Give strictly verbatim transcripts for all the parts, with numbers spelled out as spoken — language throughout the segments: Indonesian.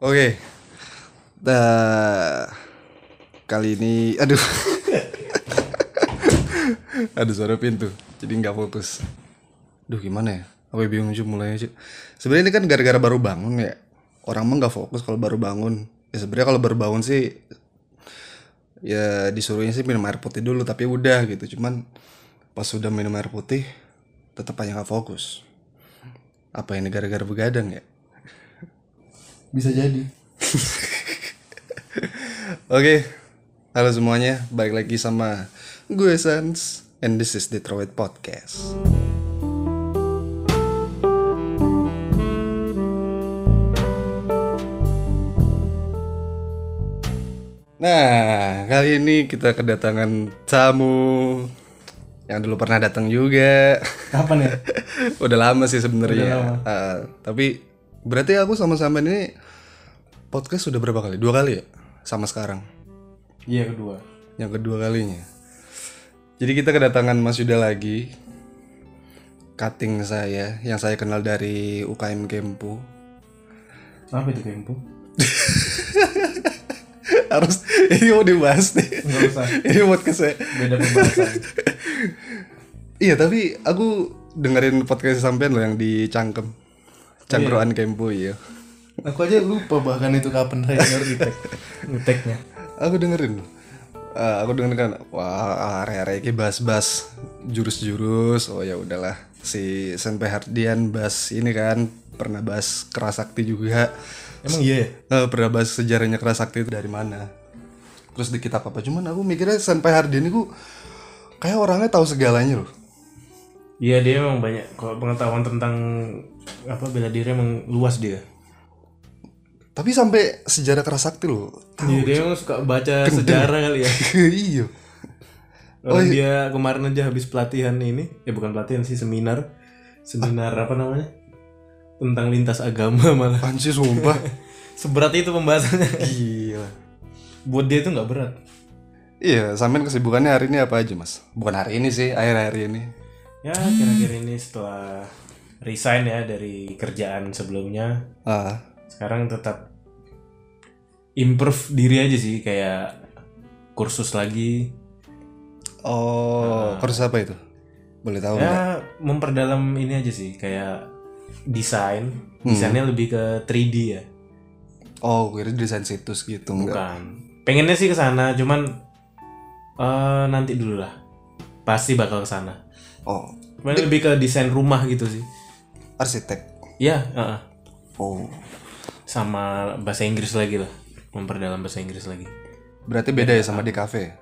Oke. Dah kali ini aduh. Aduh suara pintu. Jadi nggak fokus. Duh gimana ya? Aku bingung juga mulainya, Cuk. Sebenarnya ini kan gara-gara baru bangun ya. Orang mah nggak fokus kalau baru bangun. Ya sebenarnya kalau baru bangun sih ya disuruhnya sih minum air putih dulu, tapi udah gitu. Cuman pas sudah minum air putih tetap aja nggak fokus. Apa ini gara-gara begadang ya? Bisa jadi. Oke, halo semuanya, balik lagi sama gue Sans, and this is Detroit Podcast. Nah, kali ini kita kedatangan tamu yang dulu pernah datang juga. Kapan ya? Udah lama sih sebenarnya. Udah lama. Uh, tapi berarti aku sama-sama ini podcast sudah berapa kali? Dua kali ya? Sama sekarang. Iya kedua. Yang kedua kalinya. Jadi kita kedatangan Mas Yuda lagi. Cutting saya yang saya kenal dari U K M Kempu. Apa itu Kempu? Harus ini mau dibahas nih. Enggak usah. Ini podcast saya. Beda pembahasan. Iya tapi aku dengerin podcast sampean loh yang di Cangkem. Cangkruan Kempu iya. Aku aja lupa bahkan itu kapan saya ngerti tag. Ngeteknya. Aku dengerin. Uh, aku dengerin kan wah area-area ini bahas-bahas jurus-jurus. Oh ya udahlah. Si Senpai Hardian bahas ini kan pernah bahas Kerasakti juga. Emang iya ya? Uh, pernah bahas sejarahnya Kerasakti itu dari mana. Terus di kitab apa? Cuman aku mikirnya Senpai Hardian itu kayak orangnya tahu segalanya loh. Iya dia emang banyak kalau pengetahuan tentang apa bela diri emang luas dia. Tapi sampai sejarah Kerasakti loh. Iya dia emang suka baca sejarah kali ya. Iya. Orang dia kemarin aja habis pelatihan ini, ya bukan pelatihan sih seminar, seminar apa namanya tentang lintas agama malah. Anjir sumpah. Seberat itu pembahasannya. Gila. Buat dia itu nggak berat. Iya, sampean kesibukannya hari ini apa aja mas? Bukan hari ini sih, akhir-akhir ini. Ya kira-kira ini setelah resign ya dari kerjaan sebelumnya, Ah, sekarang tetap improve diri aja sih, kayak kursus lagi. oh, kursus apa itu? Boleh tahu nggak? Ya memperdalam ini aja sih, kayak desain, desainnya lebih ke tiga D ya. Oh, kira desain situs gitu enggak? Bukan. Pengennya sih ke sana, cuman eh, nanti dulu lah. Pasti bakal ke sana. Oh, Cuman lebih ke desain rumah gitu sih. arsitek. Iya, heeh. Oh, Sama bahasa Inggris lagi lah. Memperdalam bahasa Inggris lagi. berarti beda ya sama di kafe.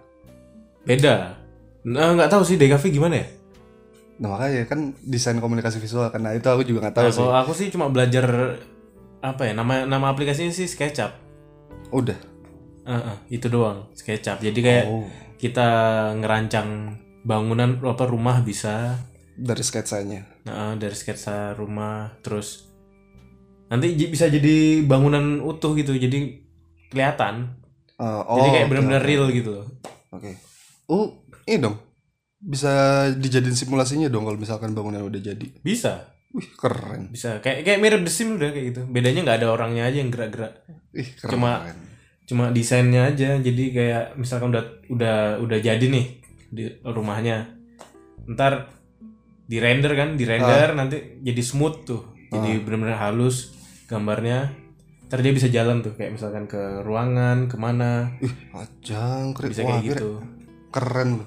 Beda. Nah, nggak tahu sih D K V gimana ya? Nah makanya kan desain komunikasi visual kan, nah itu aku juga nggak tahu Nah, sih. kalau aku sih cuma belajar apa ya? Nama nama aplikasinya sih SketchUp. Udah. Heeh, itu doang, SketchUp. Jadi kayak Oh, kita ngerancang bangunan apa rumah bisa. dari sketsanya. Nah, dari sketsa rumah terus nanti j- bisa jadi bangunan utuh gitu. Jadi kelihatan. Uh, oh, Jadi kayak oke, benar-benar oke. real gitu loh. Oke. Oh, ini dong. Bisa dijadiin simulasinya dong kalau misalkan bangunan udah jadi. Bisa. Wih, keren. Bisa. Kayak kayak mirip The Sims udah kayak gitu. Bedanya nggak ada orangnya aja yang gerak-gerak. Ih, keren. Cuma cuma desainnya aja. Jadi kayak misalkan udah udah udah jadi nih di rumahnya, ntar di render kan, di render nanti jadi smooth tuh, jadi benar-benar halus gambarnya. Ntar dia bisa jalan tuh kayak misalkan ke ruangan kemana, Ih, ajang keren. bisa Wah, kayak keren. gitu. Keren loh.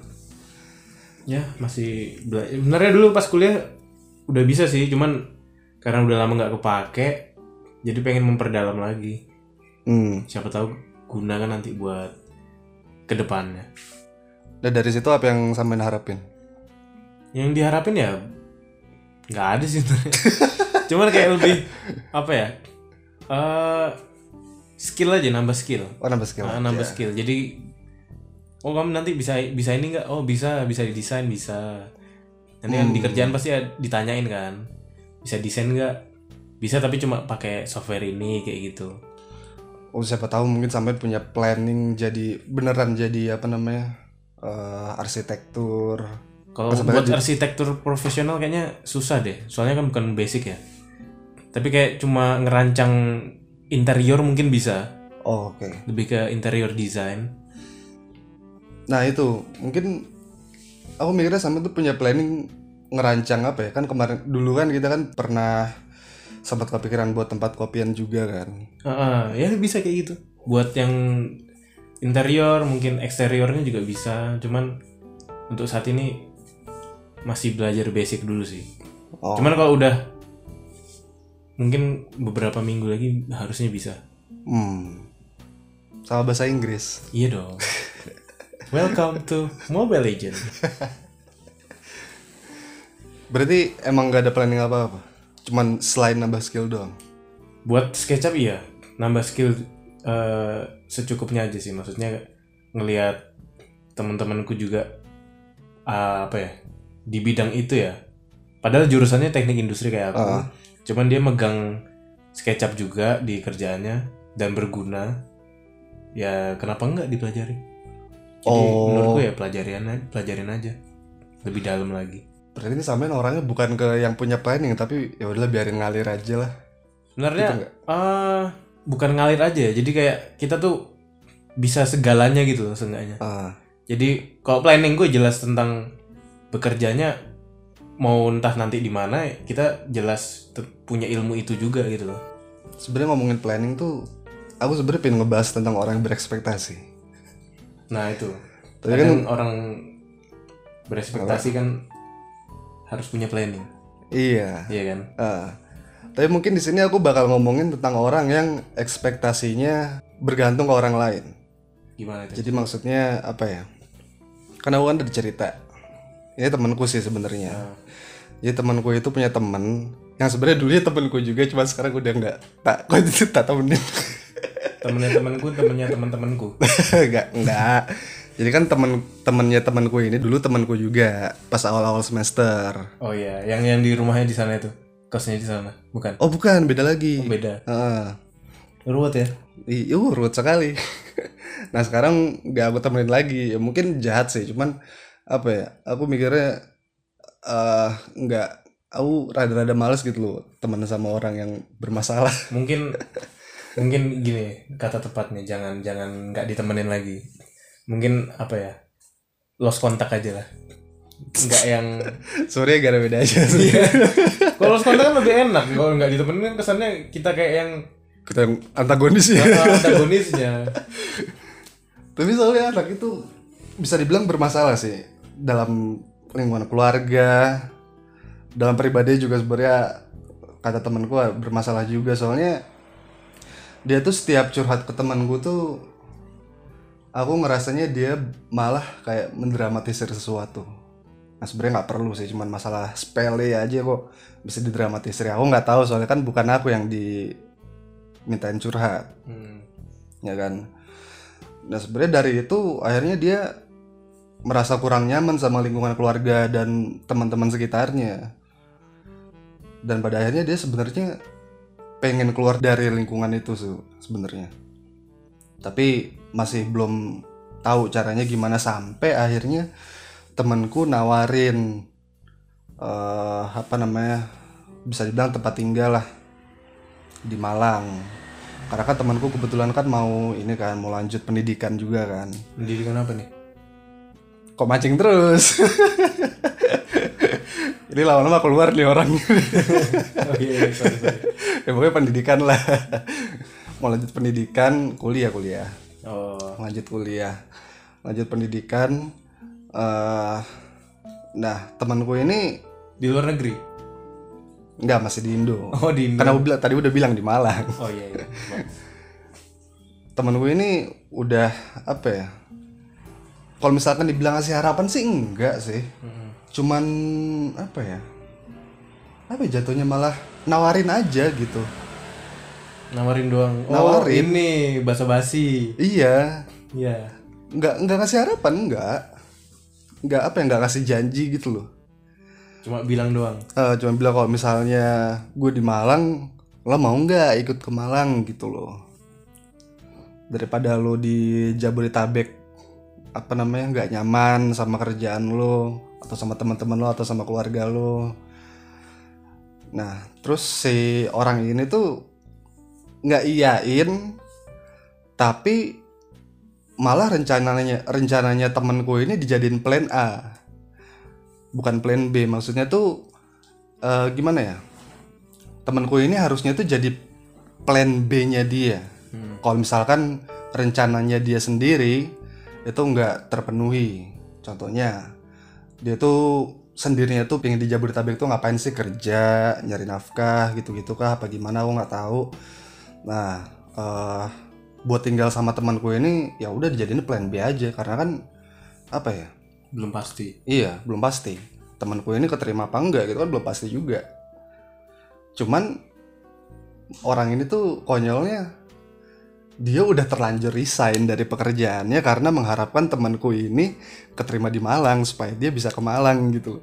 Ya masih bela- sebenarnya dulu pas kuliah udah bisa sih, cuman karena udah lama nggak kepake, jadi pengen memperdalam lagi. Hmm. Siapa tahu guna kan nanti buat kedepannya. Dan dari situ apa yang sampean harapin? Yang diharapin ya nggak ada sih sebenarnya. Cuman kayak lebih apa ya? Eh skill aja, nambah skill. Oh, nambah skill. Nah, nambah aja. skill. Jadi oh kamu nanti bisa bisa ini nggak? Oh bisa bisa didesain bisa. Nanti kan di kerjaan pasti ya ditanyain kan. Bisa desain nggak? Bisa tapi cuma pakai software ini kayak gitu. Oh, siapa tahu mungkin sampean punya planning jadi beneran jadi apa namanya? eh, arsitektur. Kalau Pas buat sampai- arsitektur profesional kayaknya susah deh. Soalnya kan bukan basic ya. Tapi kayak cuma ngerancang interior mungkin bisa, Oh, oke. lebih ke interior design. Nah itu mungkin aku mikirnya sama tuh punya planning ngerancang apa ya, kan kemarin dulu kan kita kan pernah sempat kepikiran buat tempat kopian juga kan. Ah, ah, ya bisa kayak gitu. Buat yang interior mungkin eksteriornya juga bisa. Cuman untuk saat ini masih belajar basic dulu sih. Oh. Cuman kalau udah mungkin beberapa minggu lagi harusnya bisa. Hmm. Sama bahasa Inggris. Iya dong. Welcome to Mobile Legends. Berarti emang gak ada planning apa-apa? Cuman selain nambah skill doang? Buat SketchUp iya, nambah skill eh, secukupnya aja sih. Maksudnya ngelihat teman-temanku juga ah, apa ya di bidang itu ya. Padahal jurusannya teknik industri kayak aku. Ah. Cuman dia megang SketchUp juga di kerjaannya dan berguna. Ya kenapa enggak dipelajari? Jadi Oh. menurutku ya pelajarin aja, pelajarin aja lebih dalam lagi. Berarti ini sampean orangnya bukan ke yang punya planning, tapi ya udahlah biarin ngalir aja lah. Sebenarnya Gitu nggak? eh, bukan ngalir aja, jadi kayak kita tuh bisa segalanya gitu loh seenggaknya. Ah. Jadi kalau planning gue jelas tentang bekerjanya, mau entah nanti di mana, kita jelas te- punya ilmu itu juga gitu loh. Sebenarnya ngomongin planning tuh, aku sebenarnya pengen ngebahas tentang orang yang berekspektasi. Nah itu. Tapi Kadang orang berespektasi kan harus punya planning, Iya. iya kan? Ah. Tapi mungkin di sini aku bakal ngomongin tentang orang yang ekspektasinya bergantung ke orang lain. Gimana itu? Jadi maksudnya apa ya? Karena aku kan udah cerita. Ini temanku sih sebenarnya. Nah, Jadi temanku itu punya temen yang sebenarnya dulunya temanku juga, cuma sekarang udah nggak tak kok itu tak temenin. temennya temanku, temennya teman-temanku. Enggak, enggak. Jadi kan temen temennya temanku ini dulu temanku juga pas awal-awal semester. Oh iya, yang yang di rumahnya di sana itu, kosnya di sana, bukan? Oh bukan, beda lagi. Oh, beda. Heeh. Ruwet ya? Iya, urut sekali. Nah sekarang nggak aku temenin lagi. Ya, mungkin jahat sih, cuman apa ya? Aku mikirnya eh nggak. Aku rada-rada males gitu loh temen sama orang yang bermasalah. Mungkin mungkin gini kata tepatnya, jangan jangan nggak ditemenin lagi. Mungkin apa ya? Lost kontak aja lah. Nggak yang Sorry gara beda aja sih. kalau lost kontak kan lebih enak. Kalau nggak ditemenin kan kesannya kita kayak yang Kita yang antagonis ya. ah, antagonisnya. Tapi soalnya anak itu bisa dibilang bermasalah sih dalam lingkungan keluarga, dalam pribadi juga sebenarnya kata temanku bermasalah juga soalnya dia tuh setiap curhat ke temanku tuh aku ngerasanya dia malah kayak mendramatisir sesuatu. Nah sebenarnya nggak perlu sih, cuman masalah sepele aja kok bisa didramatisir. Aku nggak tahu soalnya kan bukan aku yang dimintain curhat, Hmm. ya kan. Nah sebenarnya dari itu akhirnya dia merasa kurang nyaman sama lingkungan keluarga dan teman-teman sekitarnya. Dan pada akhirnya dia sebenarnya pengen keluar dari lingkungan itu sih sebenarnya. Tapi masih belum tahu caranya gimana sampai akhirnya temanku nawarin eh, apa namanya bisa dibilang tempat tinggal lah di Malang. Karena kan temanku kebetulan kan mau ini kan mau lanjut pendidikan juga kan. Pendidikan apa nih? Kok mancing terus? Ini lama-lama keluar nih orang. Oh iya, iya, sorry, sorry. Ya pokoknya pendidikan lah. Mau lanjut pendidikan, kuliah kuliah. Oh, Lanjut kuliah, lanjut pendidikan. eh nah temanku ini di luar negeri? nggak masih di Indo. Oh di Indo. Karena aku bilang, tadi udah bilang di Malang. Oh iya iya. Temanku ini udah apa ya? Kalau misalkan dibilang ngasih harapan sih enggak sih. Mm-mm. Cuman apa ya? Apa ya jatuhnya malah nawarin aja gitu. Nawarin doang. Oh, Nawarin. ini basa-basi. Iya, Iya. nggak nggak ngasih harapan, nggak nggak apa ya nggak ngasih janji gitu loh. Cuma bilang doang. Eh, cuma bilang kalau misalnya gue di Malang, lo mau nggak ikut ke Malang gitu loh. Daripada lo di Jabodetabek apa namanya nggak nyaman sama kerjaan lo atau sama teman-teman lo atau sama keluarga lo. Nah terus si orang ini tuh nggak iyain, tapi malah rencananya rencananya temanku ini dijadiin plan A, bukan plan B. Maksudnya tuh uh, gimana ya? Temanku ini harusnya tuh jadi plan B-nya dia. Hmm. Kalau misalkan rencananya dia sendiri itu nggak terpenuhi. Contohnya dia tuh sendirinya tuh pengen di Jabodetabek tuh ngapain sih, kerja, nyari nafkah gitu-gitu kah apa gimana, aku nggak tahu. Nah, uh, buat tinggal sama temanku ini ya udah dijadiin plan B aja, karena kan apa ya, belum pasti. Iya, belum pasti temanku ini keterima apa enggak gitu kan, belum pasti juga. Cuman orang ini tuh konyolnya, dia udah terlanjur resign dari pekerjaannya karena mengharapkan temanku ini keterima di Malang supaya dia bisa ke Malang gitu.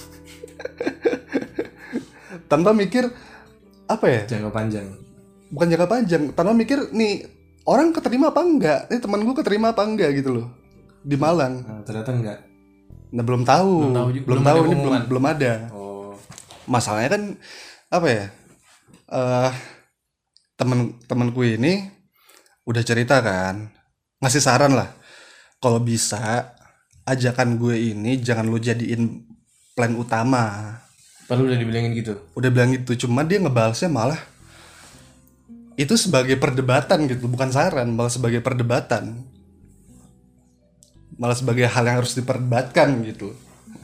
Tanpa mikir apa ya, jangka panjang. Bukan jangka panjang, tanpa mikir nih orang keterima apa enggak, nih teman gue keterima apa enggak gitu loh di Malang. Nah, ternyata enggak. Nah belum tahu, belum tahu, belum, belum tahu ada ini belum pengumuman. belum ada. Oh. Masalahnya kan apa ya? Uh, temen temanku ini udah cerita kan, ngasih saran lah, kalau bisa ajakan gue ini jangan lu jadiin plan utama. Padahal udah dibilangin gitu. Udah bilang gitu, cuma dia ngebalasnya malah itu sebagai perdebatan gitu, bukan saran, malah sebagai perdebatan, malah sebagai hal yang harus diperdebatkan gitu.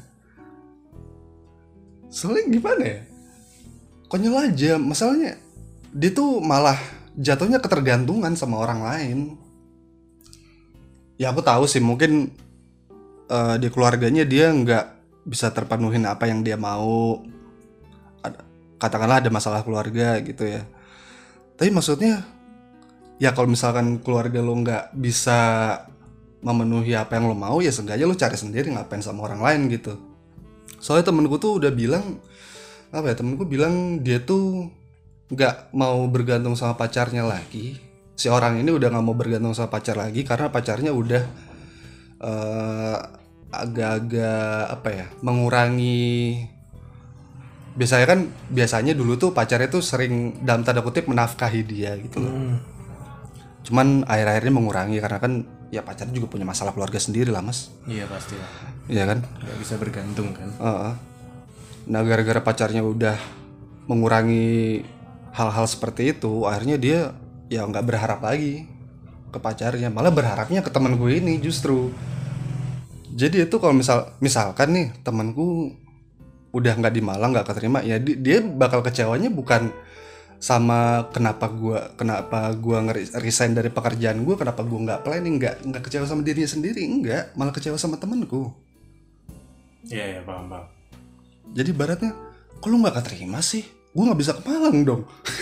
Soalnya gimana ya, konyol aja. Masalahnya dia tuh malah jatuhnya ketergantungan sama orang lain. Ya aku tahu sih mungkin uh, di keluarganya dia nggak bisa terpenuhin apa yang dia mau, ada, katakanlah ada masalah keluarga gitu ya. Tapi maksudnya ya kalau misalkan keluarga lo nggak bisa memenuhi apa yang lo mau, ya seenggaknya lo cari sendiri, ngapain sama orang lain gitu. Soalnya temenku tuh udah bilang apa ya, temenku bilang dia tuh nggak mau bergantung sama pacarnya lagi. Si orang ini udah nggak mau bergantung sama pacar lagi karena pacarnya udah uh, agak-agak apa ya, mengurangi. Biasanya kan biasanya dulu tuh pacarnya tuh sering dalam tanda kutip menafkahi dia gitu loh. Hmm. Cuman akhir-akhirnya mengurangi karena kan ya pacar juga punya masalah keluarga sendiri lah mas. Iya pasti lah. Iya kan. Gak bisa bergantung kan. Uh-uh. Nah gara-gara pacarnya udah mengurangi hal-hal seperti itu, akhirnya dia ya nggak berharap lagi ke pacarnya, malah berharapnya ke teman gue ini justru. Jadi itu kalau misal misalkan nih temanku udah nggak di Malang, nggak keterima, ya di, dia bakal kecewanya bukan sama kenapa gue kenapa gue nge-resign dari pekerjaan gue, kenapa gue nggak planning, nggak nggak kecewa sama dirinya sendiri, enggak, malah kecewa sama temanku. Iya ya, paham paham. Jadi baratnya kalau nggak keterima sih, gue nggak bisa ke Malang dong.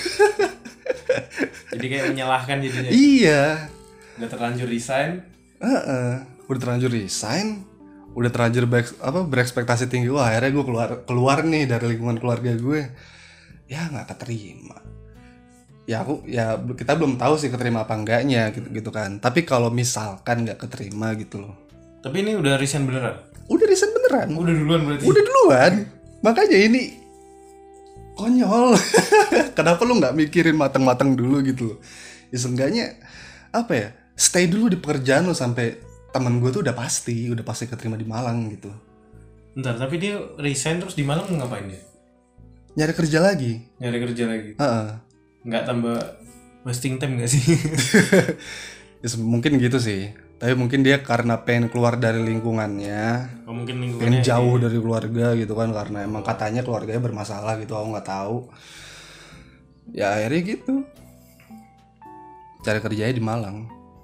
Jadi kayak menyalahkan jadinya. Iya. Udah terlanjur resign. Uh-uh. Udah terlanjur resign, udah terlanjur ber- apa berekspektasi tinggi. Wah akhirnya gue keluar keluar nih dari lingkungan keluarga gue. Ya nggak keterima. Ya aku ya kita belum tahu sih keterima apa enggaknya gitu gitu kan. Tapi kalau misalkan nggak keterima gitu loh. Tapi ini udah resign beneran? Udah resign beneran. Udah duluan berarti. Udah duluan. Makanya ini konyol. Kenapa lu nggak mikirin matang-matang dulu gitu loh? Ya seenggaknya apa ya? Stay dulu di pekerjaan lo sampai temen gue tuh udah pasti, udah pasti keterima di Malang gitu. Bentar, tapi dia resign terus di Malang ngapain dia? Nyari kerja lagi. Nyari kerja lagi. Uh-uh. Nggak tambah wasting time nggak sih? Ya, mungkin gitu sih. Tapi mungkin dia karena pengen keluar dari lingkungannya. Oh, mungkin lingkungannya pengen jauh dari keluarga gitu kan, karena emang katanya keluarganya bermasalah gitu, aku nggak tahu. Ya akhirnya gitu. Cari kerjanya di Malang.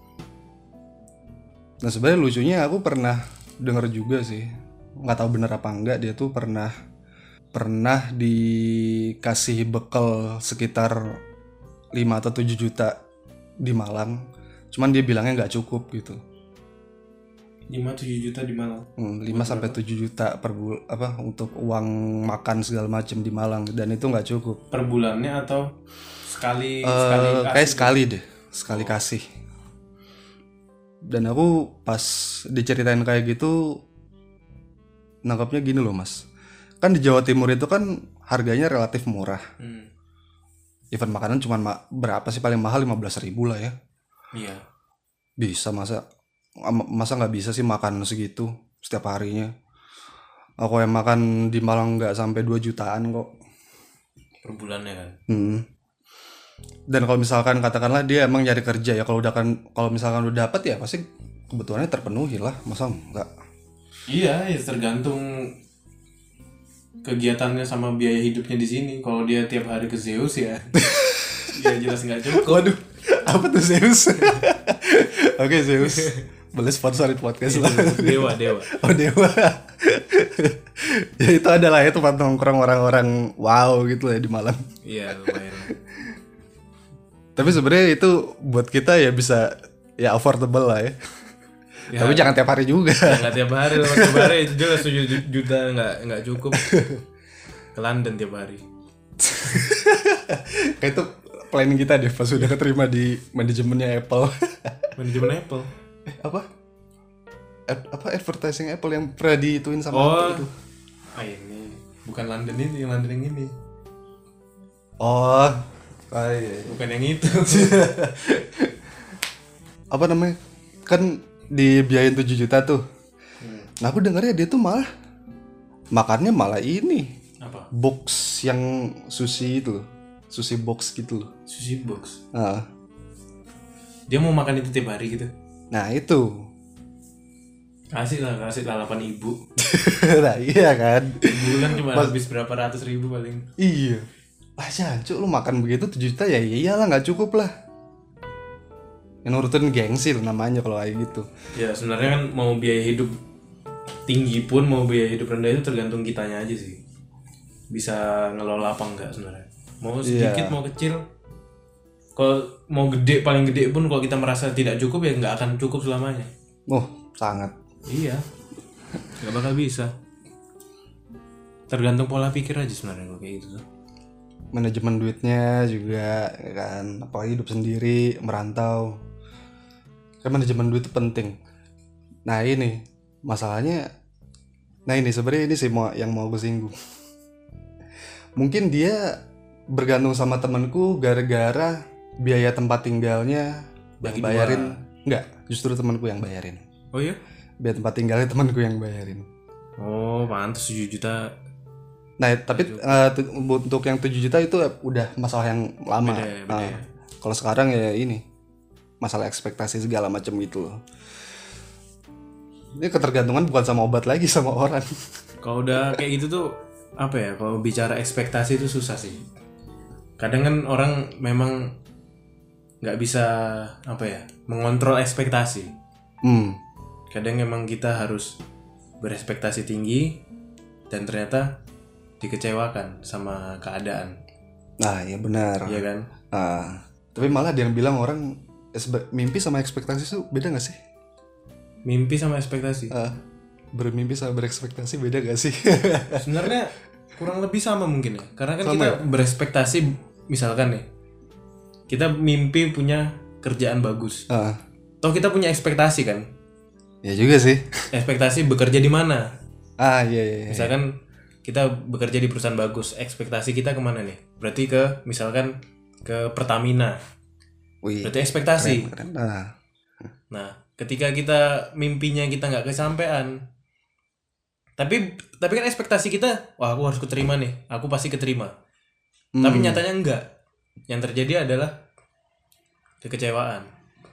Nah sebenarnya lucunya aku pernah denger juga sih, nggak tahu bener apa enggak, dia tuh pernah pernah dikasih bekal sekitar lima atau tujuh juta di Malang, cuman dia bilangnya nggak cukup gitu. lima tujuh juta di Malang. Hmm, lima sampai tujuh juta per bulan apa untuk uang makan segala macam di Malang, dan itu nggak cukup. Per bulannya atau sekali uh, sekali kayak sekali deh, sekali oh. kasih. Dan aku pas diceritain kayak gitu nangkapnya gini loh mas, kan di Jawa Timur itu kan harganya relatif murah. hmm. event makanan cuman ma- berapa sih paling mahal lima belas ribu lah ya. Iya. Bisa masa ama- masa nggak bisa sih makan segitu setiap harinya. Aku yang makan di Malang nggak sampai dua jutaan kok. Per bulannya kan. Hmm. Dan kalau misalkan katakanlah dia emang nyari kerja ya, kalau udah kan kalau misalkan udah dapat ya pasti kebutuhannya terpenuhi lah, masa enggak? Iya, ya tergantung kegiatannya sama biaya hidupnya di sini. Kalau dia tiap hari ke Zeus ya, ya jelas nggak cukup. Waduh, apa tuh Zeus? Oke Zeus, boleh sponsorin podcast lah. Dewa, dewa. Oh dewa. Ya itu adalah ya tempat nongkrong orang-orang wow gitu ya di Malang. Iya lumayan. Tapi sebenarnya itu buat kita ya bisa ya affordable lah ya. Ya, Tapi jangan tiap hari juga. ya nggak tiap hari, loh. Tiap hari jelas tujuh juta nggak nggak cukup. Ke London tiap hari. Kayak itu planning kita deh pas udah keterima di manajemennya Apple. Manajemen Apple. Eh, apa? Ad- apa advertising Apple yang pernah dituin sama Oh, Apple itu? ah ini bukan London ini, yang London yang ini. Oh, ah, iya, iya. Bukan yang itu. Apa namanya? Kan dibiayain tujuh juta tuh. Hmm. Nah aku dengarnya dia tuh malah makannya malah ini Apa? box yang sushi itu loh, sushi box gitu loh. Sushi box. Nah, Dia mau makan itu tiap hari gitu. nah itu. Kasih lah, kasih lah delapan ribu. Nah iya kan. Bulan cuma habis berapa ratus ribu paling. Iya. Ah jancuk lu makan begitu tujuh juta ya iyalah nggak cukup lah. Yang nurutin gengsi lah namanya kalau kayak gitu. Ya sebenarnya kan mau biaya hidup tinggi pun mau biaya hidup rendah itu tergantung kitanya aja sih. Bisa ngelola apa enggak sebenarnya. Mau sedikit Iya. mau kecil. Kalau mau gede paling gede pun kalau kita merasa tidak cukup ya nggak akan cukup selamanya. Oh sangat. Iya. Nggak bakal bisa. Tergantung pola pikir aja sebenarnya kalau kayak gitu tuh. Manajemen duitnya juga ya kan, apalagi hidup sendiri merantau. Kan manajemen duit itu penting. Nah ini masalahnya. Nah ini sebenarnya ini sih mau yang mau gue singgung. Mungkin dia bergantung sama temanku gara-gara biaya tempat tinggalnya yang Bagi bayarin. Enggak, justru temanku yang bayarin. Oh iya? Biaya tempat tinggalnya temanku yang bayarin. Oh pantas tujuh juta. Nah tapi eh, tu- untuk yang tujuh juta itu udah masalah yang lama. Beda ya, beda Nah, ya. kalau sekarang ya ini masalah ekspektasi segala macam gitu loh. Ini ketergantungan bukan sama obat lagi, sama orang. Kalau udah kayak gitu tuh apa ya? Kalau bicara ekspektasi itu susah sih. Kadang kan orang memang nggak bisa apa ya mengontrol ekspektasi. Hmm. Kadang emang kita harus berekspektasi tinggi dan ternyata dikecewakan sama keadaan, Nah ya benar. iya kan? Nah, tapi malah dia yang bilang orang esbe- mimpi sama ekspektasi itu beda gak sih? Mimpi sama ekspektasi. Ah, bermimpi sama berekspektasi beda gak sih? Sebenarnya kurang lebih sama mungkin ya. Karena kan Sama kita ya? berekspektasi misalkan nih. Kita mimpi punya kerjaan bagus. Ah, Toh kita punya ekspektasi kan? ya juga sih. Ekspektasi bekerja di mana? Ah iya iya. iya. Misalkan kita bekerja di perusahaan bagus, ekspektasi kita kemana nih? Berarti ke misalkan ke Pertamina. Wih, Berarti ekspektasi. keren. Nah, Nah, ketika kita mimpinya kita nggak kesampaian, tapi tapi kan ekspektasi kita, wah aku harus keterima nih, aku pasti keterima. Hmm. Tapi nyatanya enggak. Yang terjadi adalah kekecewaan.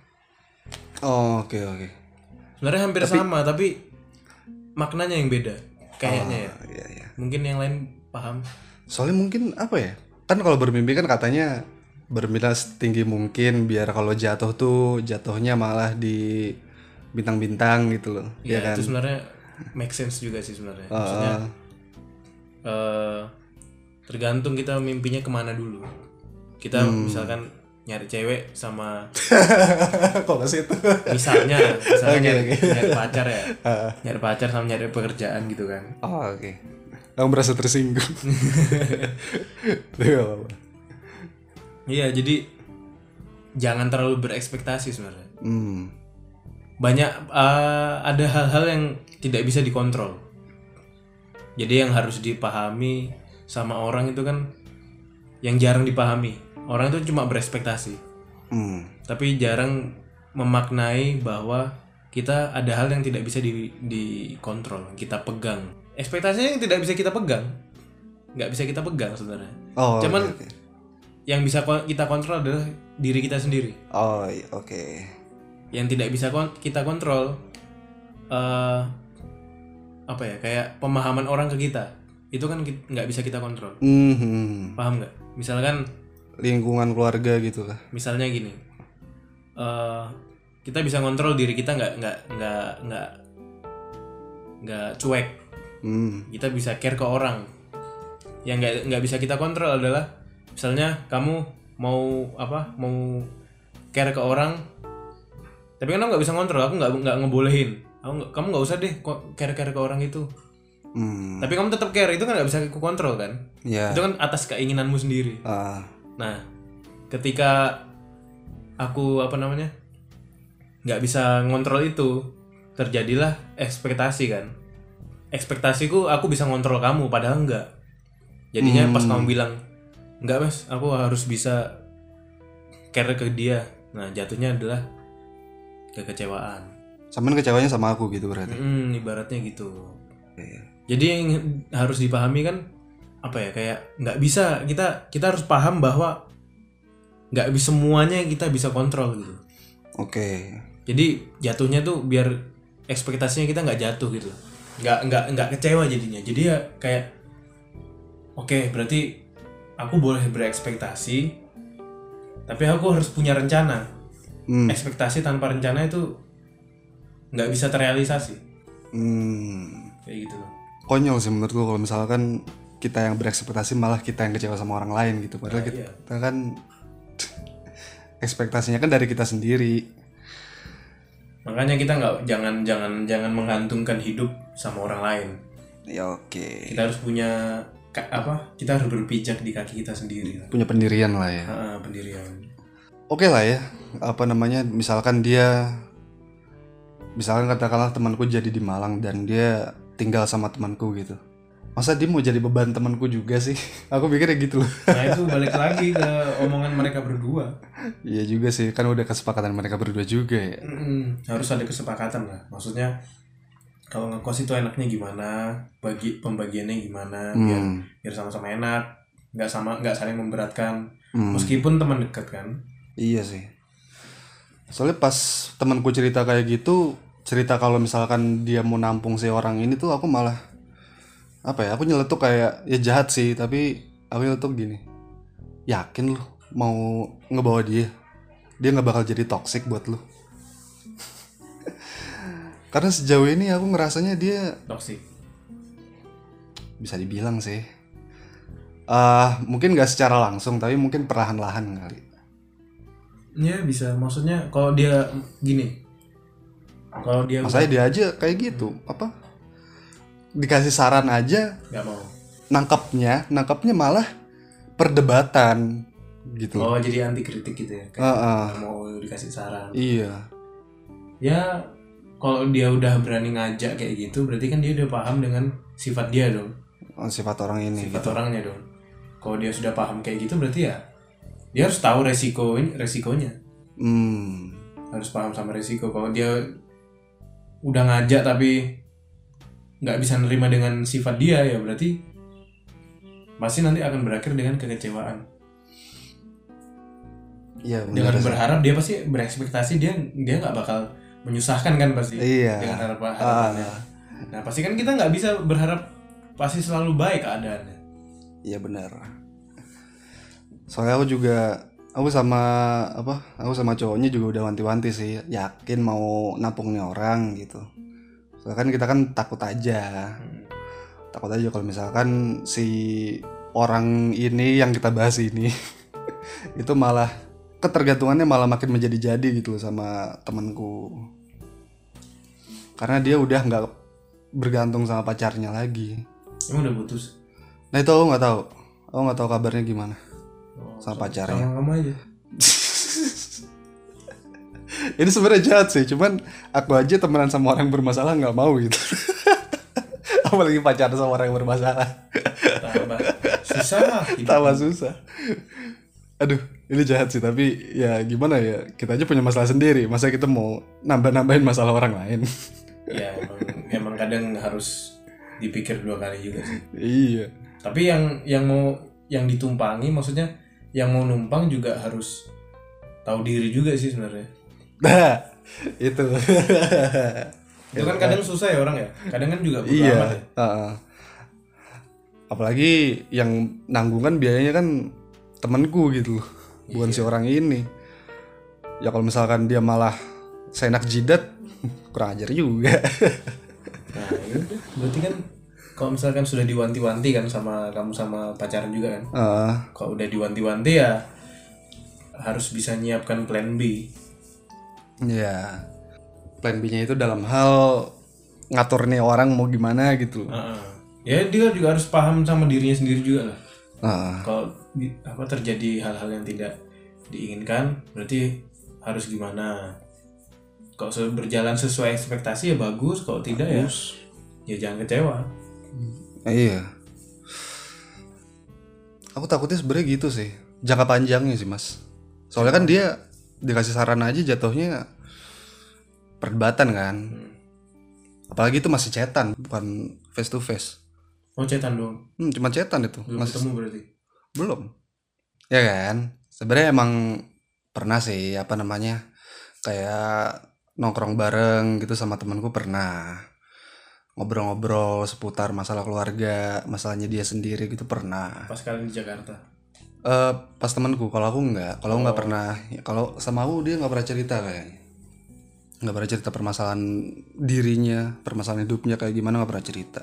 oh, oke oke. Sebenarnya hampir sama, tapi maknanya yang beda. Kayaknya ya. Oh, iya iya. Mungkin yang lain paham. Soalnya mungkin apa ya? Kan kalau bermimpi kan katanya bermimpi setinggi mungkin biar kalau jatuh tuh jatuhnya malah di bintang-bintang gitu loh. Ya, Iya kan? itu sebenarnya make sense juga sih sebenarnya. Maksudnya Ah, eh, tergantung kita mimpinya kemana dulu. Kita Hmm. misalkan nyari cewek sama kok ke situ? misalnya, misalnya Oke, nyari, oke. nyari pacar ya, nyari pacar sama nyari pekerjaan gitu kan. Oh, oke. Kamu merasa tersinggung. Tapi gak apa-apa. Iya, jadi jangan terlalu berekspektasi sebenarnya. Hmm. Banyak eh, ada hal-hal yang tidak bisa dikontrol. Jadi yang harus dipahami sama orang itu kan yang jarang dipahami. orang itu cuma berekspektasi, hmm. tapi jarang memaknai bahwa kita ada hal yang tidak bisa di dikontrol, kita pegang. Ekspektasinya yang tidak bisa kita pegang, nggak bisa kita pegang sebenarnya. Oh, Cuman okay, okay. yang bisa kita kontrol adalah diri kita sendiri. Oh, oke. Okay. Yang tidak bisa kon kita kontrol, uh, apa ya, kayak pemahaman orang ke kita, itu kan nggak bisa kita kontrol. Mm-hmm. Paham nggak? Misalkan lingkungan keluarga gitu lah. Misalnya gini, uh, kita bisa kontrol diri kita nggak nggak nggak nggak nggak cuek. Mm. Kita bisa care ke orang. Yang nggak nggak bisa kita kontrol adalah misalnya kamu mau apa mau care ke orang, tapi kan kamu nggak bisa kontrol. Aku nggak nggak ngebolehin. Aku gak, kamu nggak usah deh care care ke orang itu. Mm. Tapi kamu tetap care, itu kan nggak bisa aku kontrol kan? Yeah. Itu kan atas keinginanmu sendiri. Uh. Nah, ketika aku apa namanya nggak bisa ngontrol itu, terjadilah ekspektasi kan. Ekspektasiku aku bisa ngontrol kamu, padahal enggak. Jadinya hmm. pas kamu bilang enggak mas, aku harus bisa care ke dia. Nah jatuhnya adalah kekecewaan. Sampean kecewanya sama aku gitu berarti. Hmm, ibaratnya gitu. Okay. Jadi yang harus dipahami kan apa ya, kayak nggak bisa kita kita harus paham bahwa nggak bisa semuanya kita bisa kontrol gitu. Oke. Okay. Jadi jatuhnya tuh biar ekspektasinya kita nggak jatuh gitu, nggak nggak nggak kecewa jadinya. Jadi ya kayak oke okay, berarti aku boleh berekspektasi, tapi aku harus punya rencana. Hmm. Ekspektasi tanpa rencana itu nggak bisa terrealisasi. Hmm. Kayak gitu loh. Konyol sih menurutku kalau misalkan kita yang berekspektasi malah kita yang kecewa sama orang lain gitu. Padahal nah, kita, iya. kita kan ekspektasinya kan dari kita sendiri. Makanya kita nggak jangan jangan jangan menggantungkan hidup sama orang lain. Ya oke. Okay. Kita harus punya apa? Kita harus berpijak di kaki kita sendiri. Punya pendirian lah ya. Ha, pendirian. Oke okay lah ya. Apa namanya? Misalkan dia, misalkan katakanlah temanku jadi di Malang dan dia tinggal sama temanku gitu. Masa dia mau jadi beban temanku juga sih? Aku pikirnya gitu loh. Nah itu balik lagi ke omongan mereka berdua. Iya juga sih, kan udah kesepakatan mereka berdua juga ya. Mm-hmm. Harus ada kesepakatan lah. Maksudnya kalau ngekos itu enaknya gimana, bagi pembagiannya gimana, hmm. biar biar sama-sama enak, nggak sama nggak saling memberatkan. Hmm. Meskipun teman dekat kan. Iya sih. Soalnya pas temanku cerita kayak gitu, cerita kalau misalkan dia mau nampung si orang ini tuh aku malah apa ya, aku nyeletuk kayak ya jahat sih, tapi aku nyeletuk gini, yakin lu mau ngebawa dia dia nggak bakal jadi toxic buat lu? Karena sejauh ini aku ngerasanya dia toxic, bisa dibilang sih uh, mungkin nggak secara langsung tapi mungkin perlahan-lahan kali ya. Bisa, maksudnya kalau dia gini, kalau dia masanya dia aja kayak gitu, hmm. apa dikasih saran aja nggak mau, nangkapnya nangkapnya malah perdebatan gitu. Oh jadi anti kritik gitu ya, kayak uh-uh. nggak mau dikasih saran. Iya ya, kalau dia udah berani ngajak kayak gitu berarti kan dia udah paham dengan sifat dia dong. Oh, sifat orang ini sifat gitu. Orangnya dong. Kalau dia sudah paham kayak gitu berarti ya dia harus tahu resiko resikonya. hmm. Harus paham sama resiko. Kalau dia udah ngajak tapi nggak bisa nerima dengan sifat dia, ya berarti pasti nanti akan berakhir dengan kekecewaan. Iya, dengan berharap dia pasti berekspektasi dia dia nggak bakal menyusahkan kan pasti. Iya. Dengan harapan harapannya. Ah. Nah pasti kan kita nggak bisa berharap pasti selalu baik keadaannya. Iya benar. Soalnya aku juga aku sama apa aku sama cowoknya juga udah wanti-wanti sih, yakin mau nampung nih orang gitu. Soalnya kan kita kan takut aja, hmm. takut aja kalau misalkan si orang ini yang kita bahas ini itu malah ketergantungannya malah makin menjadi-jadi gitu loh sama temanku. Karena dia udah nggak bergantung sama pacarnya lagi. Emang udah putus? Nah itu aku nggak tahu, aku nggak tahu kabarnya gimana oh, sama, sama pacarnya. Sama kamu aja. Ini sebenarnya jahat sih, cuman aku aja temenan sama orang yang bermasalah nggak mau gitu. Apalagi pacaran sama orang yang bermasalah. Tambah susah. Tambah susah. Aduh. Ini jahat sih, tapi ya gimana ya, kita aja punya masalah sendiri, masa kita mau nambah-nambahin masalah orang lain. Ya emang, emang kadang harus dipikir dua kali juga sih. Iya. Tapi yang yang mau yang ditumpangi, maksudnya yang mau numpang juga harus tahu diri juga sih sebenarnya. Nah, itu. Itu kan kadang susah ya orang ya. Kadang kan juga bodo Iya. amat ya. Uh, apalagi yang nanggung kan biayanya kan temanku gitu loh, bukan si orang ini. Ya kalau misalkan dia malah seenak jidat, kurang ajar juga. Nah itu berarti kan kalau misalkan sudah diwanti-wanti kan sama kamu sama pacaran juga kan. Uh, Kalau udah diwanti-wanti ya harus bisa nyiapkan plan B. ya, plan B-nya itu dalam hal ngatur nih orang mau gimana gitu. Uh-uh. Ya dia juga harus paham sama dirinya sendiri juga lah. Uh, Kalau di, apa terjadi hal-hal yang tidak diinginkan, berarti harus gimana? Kalau se- berjalan sesuai ekspektasi ya bagus, kalau tidak ya ya jangan kecewa. iya. Aku takutnya sebenarnya gitu sih, jangka panjangnya sih mas. Soalnya kan dia dikasih saran aja jatuhnya perdebatan kan. Hmm. Apalagi itu masih chatan, bukan face to face. Oh cetan dong, Hmm, cuma chatan itu. belum Mas- ketemu berarti. belum. Ya kan? Sebenarnya emang pernah sih apa namanya? Kayak nongkrong bareng gitu sama temanku pernah. Ngobrol-ngobrol seputar masalah keluarga, masalahnya dia sendiri gitu pernah. Pas kalian di Jakarta. Eh pas temanku, kalau aku enggak, kalau nggak pernah, ya, kalau sama aku dia nggak pernah cerita kayaknya, nggak pernah cerita permasalahan dirinya, permasalahan hidupnya kayak gimana nggak pernah cerita.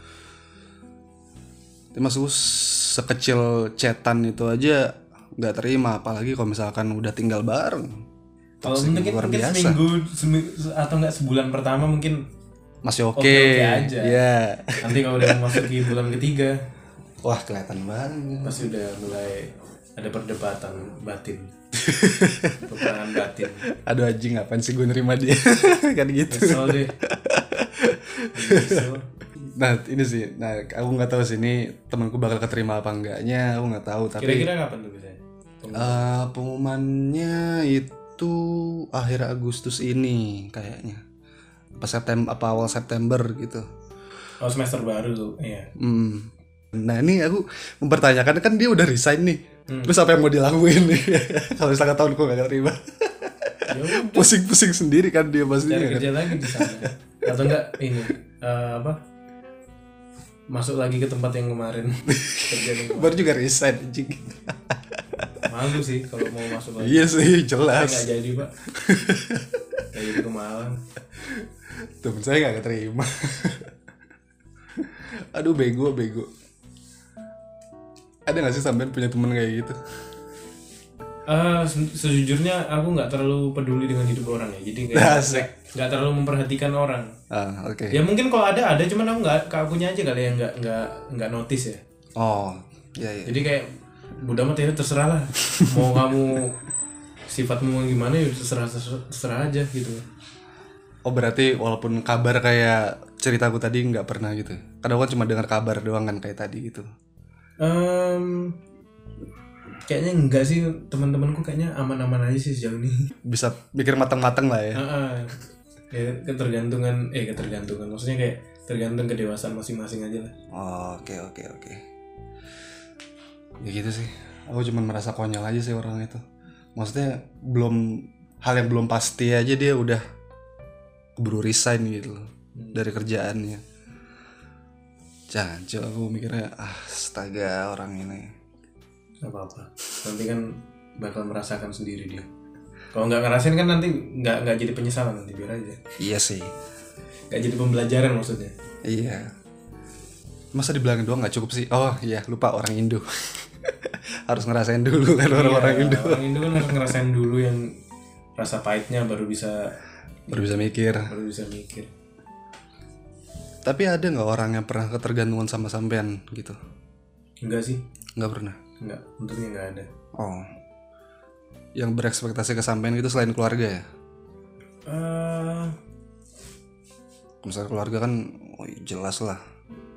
Tapi maksudku sekecil chatan itu aja nggak terima, apalagi kalau misalkan udah tinggal bareng. Kalau Toxic mungkin, luar mungkin biasa. seminggu, semi- atau enggak sebulan pertama mungkin Masih oke, Oke-oke aja. ya. nanti kalau udah memasuki bulan ketiga Wah kelihatan banget. pasti udah mulai ada perdebatan batin, peperangan batin. Aduh anjing ngapain sih gue nerima dia kan gitu. Kesel deh. Kesel. Nah ini sih, nah aku nggak tahu sih ini temanku bakal keterima apa enggaknya, aku nggak tahu. Tapi Kira-kira kapan tuh biasanya? eh, pengumumannya itu akhir Agustus ini kayaknya, apa September, apa awal September gitu. Oh semester baru tuh, iya. Hmm. Nah ini aku mempertanyakan kan dia udah resign nih, Hmm. terus apa yang mau dilakuin nih? Kalau misalkan tahunku gak terima, Ya udah, pusing-pusing sendiri kan dia pasti. cari Kan? kerja lagi di sana. Atau enggak ini eh, apa? Masuk lagi ke tempat yang kemarin kerja yang kemarin. Baru juga resign anjing. Malu sih kalau mau masuk lagi. Iya sih Saya jelas. nggak jadi pak. Nggak jadi ke Malang. Temen saya gak keterima. Aduh bego bego. Ada gak sih sampean punya temen kayak gitu? Eh, se- sejujurnya aku nggak terlalu peduli dengan hidup orang ya, jadi kayak Asik. nggak- nggak terlalu memperhatikan orang. Ah oke. Ya mungkin kalau ada ada, cuman aku nggak, ke akunya aja kali yang nggak nggak nggak notice ya. Oh iya iya. Jadi kayak bodo amat ya, terserah lah. Mau kamu sifatmu gimana ya terserah terserah, terserah aja gitu. Oh berarti walaupun kabar kayak ceritaku tadi nggak pernah gitu. Kadang kan cuma dengar kabar doang kan kayak tadi gitu. Em, kayaknya enggak sih, teman-temanku kayaknya aman-aman aja sih sejauh ini. Bisa pikir matang-matang lah ya. Ah, ah. Ya ketergantungan eh ketergantungan maksudnya kayak tergantung kedewasaan masing-masing aja lah. Oh, oke oke oke. Ya gitu sih. Aku cuma merasa konyol aja sih orang itu. Maksudnya belum hal yang belum pasti aja dia udah keburu resign gitu loh dari kerjaannya. Jangan, coba aku mikirnya ah astaga orang ini. Gak apa-apa, nanti kan bakal merasakan sendiri dia. Kalau nggak ngerasain kan nanti nggak nggak jadi penyesalan, nanti biar aja. Iya sih. Nggak jadi pembelajaran maksudnya. Iya. Masa dibilangin doang nggak cukup sih? Oh iya lupa orang Indo. Harus ngerasain dulu kan orang-orang Iya, Indo. orang Indo kan harus ngerasain dulu yang rasa pahitnya baru bisa Baru bisa mikir. baru bisa mikir. Tapi ada nggak orang yang pernah ketergantungan sama sampean gitu? Enggak sih, Nggak pernah. enggak, untungnya nggak ada. Oh. Yang berekspektasi ke sampean gitu selain keluarga ya? Eh, Misalnya keluarga kan oh, jelas lah.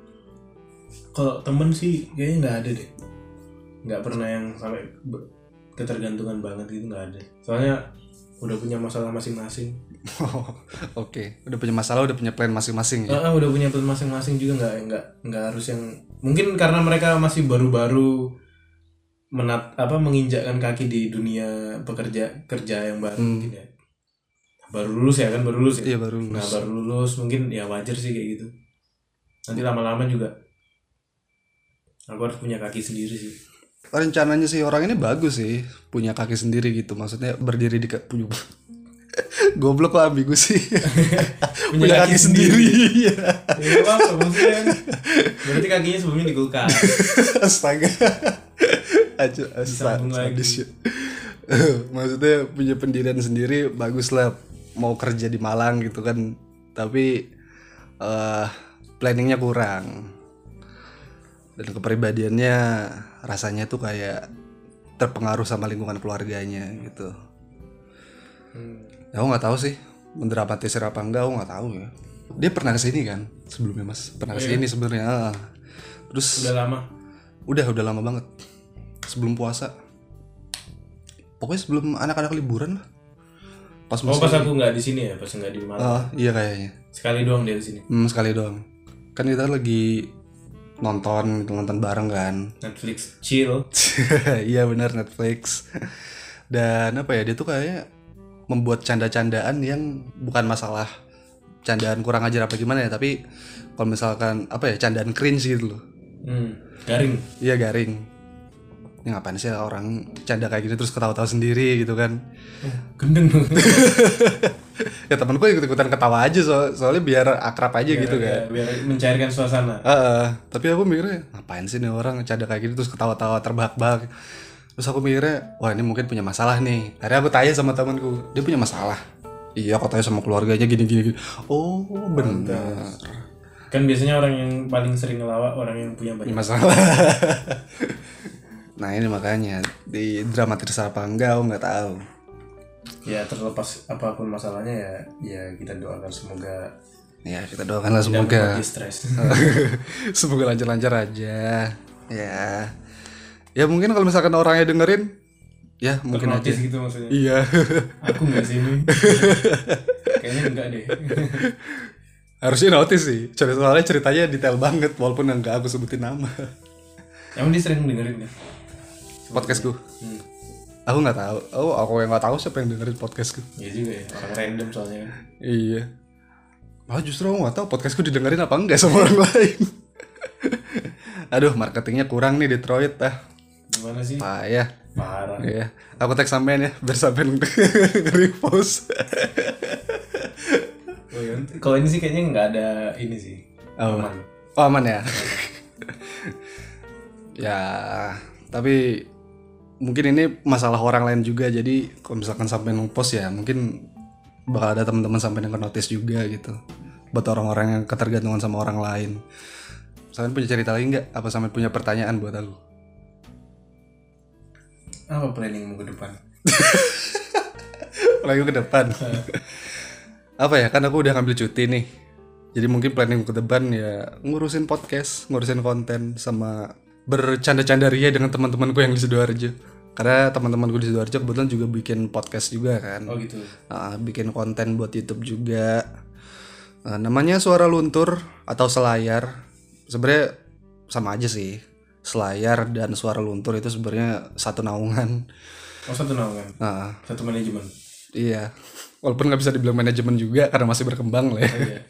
kalau temen sih kayaknya nggak ada deh, nggak pernah yang sampai ber- ketergantungan banget gitu, nggak ada. Soalnya udah punya masalah masing-masing. Oh, oke, okay. Udah punya masalah, udah punya plan masing-masing ya. Ah, udah punya plan masing-masing juga, nggak nggak nggak harus yang mungkin karena mereka masih baru-baru menat apa menginjakkan kaki di dunia pekerja kerja yang baru hmm. mungkin ya. Baru lulus ya kan, baru lulus ya. Iya, baru lulus. Nah, baru lulus mungkin ya wajar sih kayak gitu. Nanti lama-lama juga aku harus punya kaki sendiri sih. Rencananya sih orang ini bagus sih, punya kaki sendiri gitu. Maksudnya berdiri di punya goblok lah ambigu sih. punya, punya kaki, kaki sendiri. Ya apa maksudnya? Berarti kakinya sebelumnya di kulkas. Astaga. Aja astaga. Maksudnya punya pendirian sendiri bagus lah. Mau kerja di Malang gitu kan. Tapi uh, planningnya kurang. Dan kepribadiannya rasanya tuh kayak terpengaruh sama lingkungan keluarganya gitu. Hmm. Ya, aku nggak tahu sih mendramatisir apa enggak, aku nggak tahu ya. Dia pernah kesini kan sebelumnya mas, pernah kesini oh, iya? Sebenarnya. Terus udah lama? Udah udah lama banget. Sebelum puasa. Pokoknya sebelum anak-anak liburan lah. Pas oh pas aku nggak di sini ya, pas nggak di Malang. Oh iya kayaknya. Sekali doang dia di sini. Hmm, sekali doang. Kan kita lagi nonton nonton bareng kan. Netflix chill. Iya benar, Netflix. Dan apa ya, dia tuh kayaknya membuat canda-candaan yang bukan masalah candaan kurang ajar apa gimana ya, tapi kalau misalkan apa ya, candaan cringe gitu loh. Hmm, garing. Iya garing. Ini ngapain sih orang canda kayak gini terus ketawa-tawa sendiri gitu kan. Oh, gendeng. Ya temanku ikut-ikutan ketawa aja so- soalnya biar akrab aja biar, gitu kan. Ya, biar mencairkan suasana. Uh, uh, tapi aku mikirnya ngapain sih nih orang canda kayak gini terus ketawa-tawa terbahak-bahak. Terus aku mikirnya wah ini mungkin punya masalah nih. Akhirnya aku tanya sama temanku, dia punya masalah. Iya, aku tanya sama keluarganya gini-gini. Oh benar. Kan biasanya orang yang paling sering ngelawak orang yang punya banyak masalah. Nah ini makanya di dramatis apa enggak aku nggak tahu. Ya terlepas apapun masalahnya ya, ya kita doakan semoga. Ya kita doakanlah semoga. Semoga lancar-lancar aja. Ya, ya mungkin kalau misalkan orangnya dengerin, ya mungkin aja. Gitu maksudnya. Iya. Aku nggak sini. Kayaknya enggak deh. Harusnya notice sih. Soalnya ceritanya detail banget, walaupun enggak aku sebutin nama. Emang dia sering dengerin ya? Podcastku. Hmm. Aku nggak tahu. Oh, aku yang nggak tahu siapa yang dengerin podcastku. Iya juga ya, orang random soalnya. Iya. Malah justru aku nggak tahu podcastku didengerin apa enggak sama orang lain. Aduh, marketingnya kurang nih Detroit ah. Gimana sih? Payah. Parah. Iya. Aku tag sampean ya, biar sampean nge-repost. Oh, ya. Kalau ini sih kayaknya nggak ada ini sih. Oh. Aman. Oh, aman ya. Ya, tapi mungkin ini masalah orang lain juga, jadi kalau misalkan sampai nge-post ya mungkin bakal ada teman-teman sampai yang ke-notice juga gitu buat orang-orang yang ketergantungan sama orang lain. Sampai punya cerita lagi nggak? Apa sampai punya pertanyaan buat aku? Apa planningmu ke depan? Planningmu ke depan? Apa ya, kan aku udah ngambil cuti nih, jadi mungkin planningku ke depan ya ngurusin podcast, ngurusin konten, sama bercanda-canda ria dengan teman-temanku yang di Sidoarjo. Karena teman-temanku di Sidoarjo kebetulan juga bikin podcast juga kan. Oh gitu. Nah, bikin konten buat YouTube juga. Nah, namanya Suara Luntur atau Selayar. Sebenarnya sama aja sih. Selayar dan Suara Luntur itu sebenarnya satu naungan. Oh satu naungan. Nah, satu manajemen. Iya. Walaupun nggak bisa dibilang manajemen juga karena masih berkembang lah ya. Oh, iya.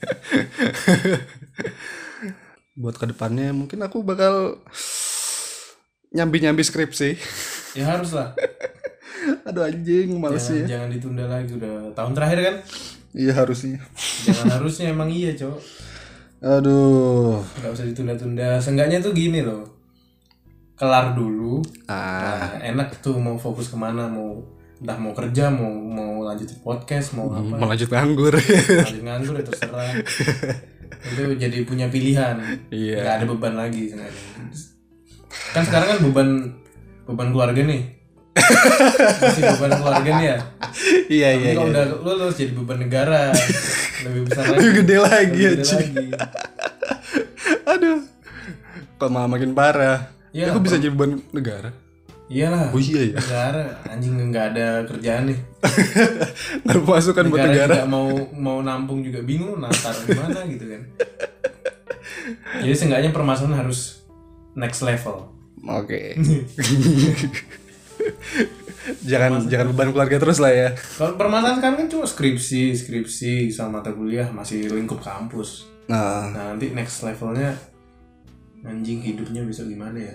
Buat kedepannya mungkin aku bakal nyambi-nyambi skripsi. Ya harus lah. Aduh anjing, males jangan, ya. Jangan ditunda lagi, udah tahun terakhir kan? Iya harusnya. Jangan harusnya, emang iya cowok. Aduh. Gak usah ditunda-tunda. Seenggaknya tuh gini loh. Kelar dulu. Ah. Nah, enak tuh mau fokus kemana, mau entah mau kerja, mau mau lanjut podcast, mau apa. Mau lanjut nganggur. Lanjut nganggur itu terserah. Itu jadi punya pilihan. Iya. Gak ada beban lagi sebenarnya. Kan sekarang kan beban beban keluarga nih. Masih beban keluarga nih ya. Iya iya. Tapi kalau iya. udah lulus jadi beban negara, lebih besar lagi. Lebih gede lagi lebih gede aja. lagi. Aduh. Kok malah makin parah. Ya, aku bisa per- jadi beban negara. Iyalah. Oh iya ya. Negara anjing nggak ada kerjaan nih. Nggak ada pemasukan buat Negara negara. juga mau mau nampung juga bingung nantar gimana gitu kan. Jadi seenggaknya permasalahan harus next level. Oke. jangan jangan beban keluarga terus lah ya. Kalau permasalahan sekarang kan cuma skripsi, skripsi sama mata kuliah masih lingkup kampus. Nah, Nah nanti next levelnya anjing hidupnya besok gimana ya?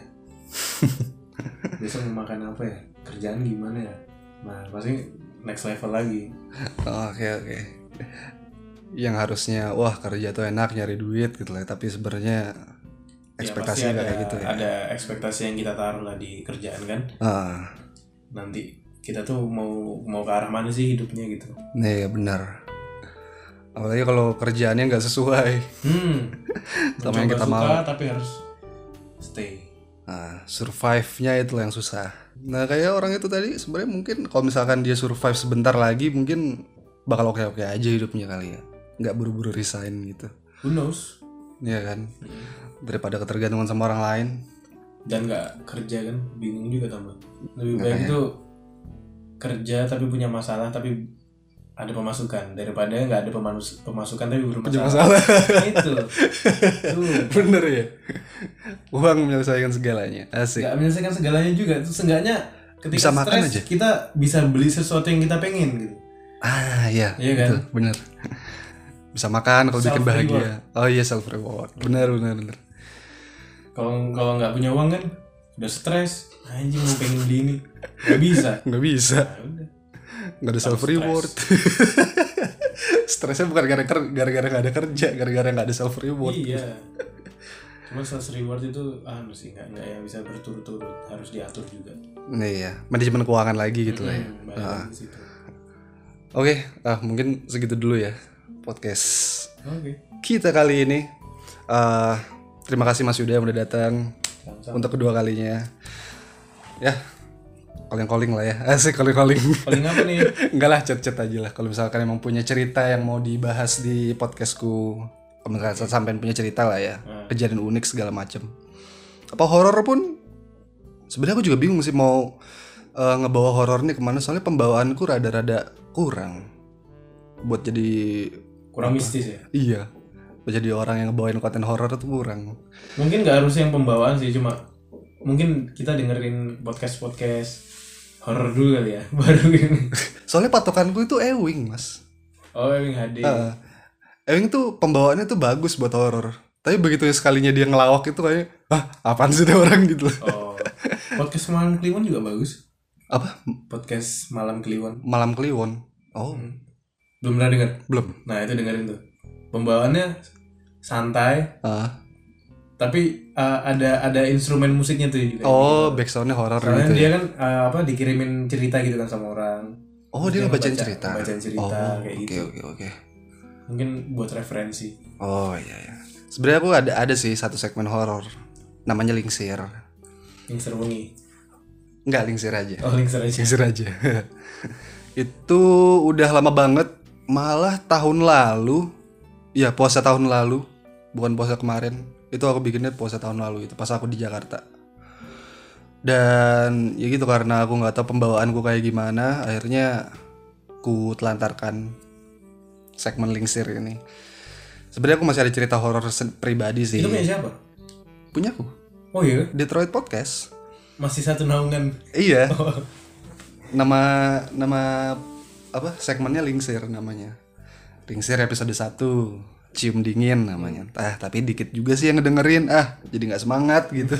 Besok mau makan apa ya? Kerjaan gimana ya? Nah pasti next level lagi. oke oke. Yang harusnya wah kerja tuh enak nyari duit gitu lah, tapi sebenarnya ekspektasinya ya, nggak kayak gitu ya. Ada ekspektasi yang kita taruh lah di kerjaan kan. Ah, Nanti kita tuh mau mau ke arah mana sih hidupnya gitu. nih benar. Apalagi kalau kerjaannya nggak sesuai. Hmm. Sama yang kita suka, mau. tapi harus stay. Nah, survive-nya itu yang susah. Nah, kayak orang itu tadi sebenarnya mungkin kalau misalkan dia survive sebentar lagi mungkin bakal oke-oke aja hidupnya kali ya. Nggak buru-buru resign gitu. Who knows? Iya kan? Daripada ketergantungan sama orang lain. Dan nggak kerja kan bingung juga tambah. Lebih baik itu kerja tapi punya masalah tapi ada pemasukan daripada nggak ada pemanus- pemasukan tapi Punya bermasalah. masalah. Itu. Tuh. Bener ya? Uang menyelesaikan segalanya. Asik. Nggak menyelesaikan segalanya juga. Itu seenggaknya ketika Bisa makan stres aja. kita bisa beli sesuatu yang kita pengen gitu. Ah, iya. Iya kan? Betul, bener. Bisa makan kalau bikin Self bahagia. reward. Oh iya, self reward. Bener, bener, bener. Kalau kalau nggak punya uang kan udah stres. Anjing mau pengen beli ini nggak bisa. Nggak bisa. Nah, udah. Nggak ada self reward. Stresnya bukan gara-gara gara-gara nggak ada kerja, gara-gara nggak ada self reward. Iya. Cuma self reward itu anu sih nggak nggak yang bisa berturut-turut, harus diatur juga. Nih ya, manajemen keuangan lagi gitu lah ya. Hmm, balik lagi ke situ. Oke, ah mungkin segitu dulu ya podcast Oke. kita kali ini. Ah, terima kasih Mas Yuda yang udah datang Sama-sama. untuk kedua kalinya. Ya, calling-calling lah ya. Asik calling-calling. Paling apa nih? Enggak lah, chat-chat aja lah. Kalau misalkan emang punya cerita yang mau dibahas di podcastku, kalau misalkan sampean punya cerita lah ya, kejadian unik segala macem. Apa horor pun, sebenarnya aku juga bingung sih mau eh, ngebawa horor ini kemana. Soalnya pembawaanku rada-rada kurang buat jadi Kurang mistis ya. iya, buat jadi orang yang ngebawain konten horor itu kurang. Mungkin nggak harus yang pembawaan sih, cuma mungkin kita dengerin podcast podcast horor dulu kali ya, baru ini. Soalnya patokanku itu Ewing, Mas. Oh, Ewing H D. Uh, Ewing tuh pembawaannya tuh bagus buat horor. Tapi begitu sekalinya dia ngelawak itu kayak, ah apaan sih dia orang gitu loh. Oh, podcast Malam Kliwon juga bagus. Apa? Podcast Malam Kliwon. Malam Kliwon. Oh, Belum pernah denger? belum. Nah, itu dengerin tuh. Pembawaannya santai, Ah. tapi uh, ada ada instrumen musiknya tuh juga. Oh, backsoundnya horor Soalnya gitu dia ya. kan uh, apa dikirimin cerita gitu kan sama orang. Oh, Terus dia ngebacain ngebaca- cerita. ngebacain cerita Oh, kayak oke gitu. oke oke. Mungkin buat referensi. Oh iya ya. Sebenarnya aku ada ada sih satu segmen horor. Namanya Lingsir. Lingsir wengi. Enggak, Lingsir aja. Oh, lingsir aja. Lingsir aja. Itu udah lama banget, malah tahun lalu. Ya, puasa tahun lalu, bukan puasa kemarin. Itu aku bikinnya puasa tahun lalu itu pas aku di Jakarta. Dan ya gitu karena aku nggak tahu pembawaanku kayak gimana, akhirnya ku telantarkan segmen Lingsir ini. Sebenarnya aku masih ada cerita horor sen- pribadi sih. Itu punya siapa? Punyaku. Oh iya, Detroit Podcast. masih satu naungan. Iya. Nama nama apa? Segmennya Lingsir namanya. Lingsir episode satu. Cium dingin namanya. Ah, tapi dikit juga sih yang ngedengerin. Ah, jadi nggak semangat gitu.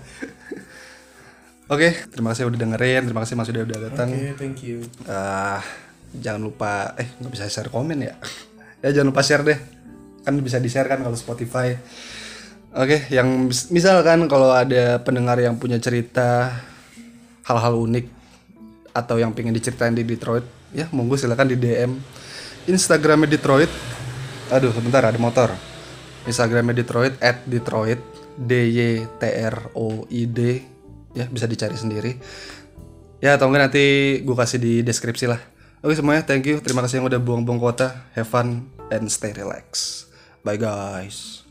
Oke, terima kasih udah dengerin. Terima kasih Mas udah udah datang. Oke, thank you. Ah, jangan lupa eh nggak bisa share komen ya. Ya jangan lupa share deh. Kan bisa di-share kan kalau Spotify. Oke, yang mis- misalkan kalau ada pendengar yang punya cerita hal-hal unik atau yang pengen diceritain di Detroit, ya monggo silakan di D M Instagramnya Detroit. Aduh, sebentar ada motor. Instagramnya Detroit at Detroit D Y T R O I D, ya bisa dicari sendiri. Ya atau enggak nanti gue kasih di deskripsi lah. Oke semuanya, thank you. Terima kasih yang udah buang-buang kuota. Have fun and stay relax. Bye guys.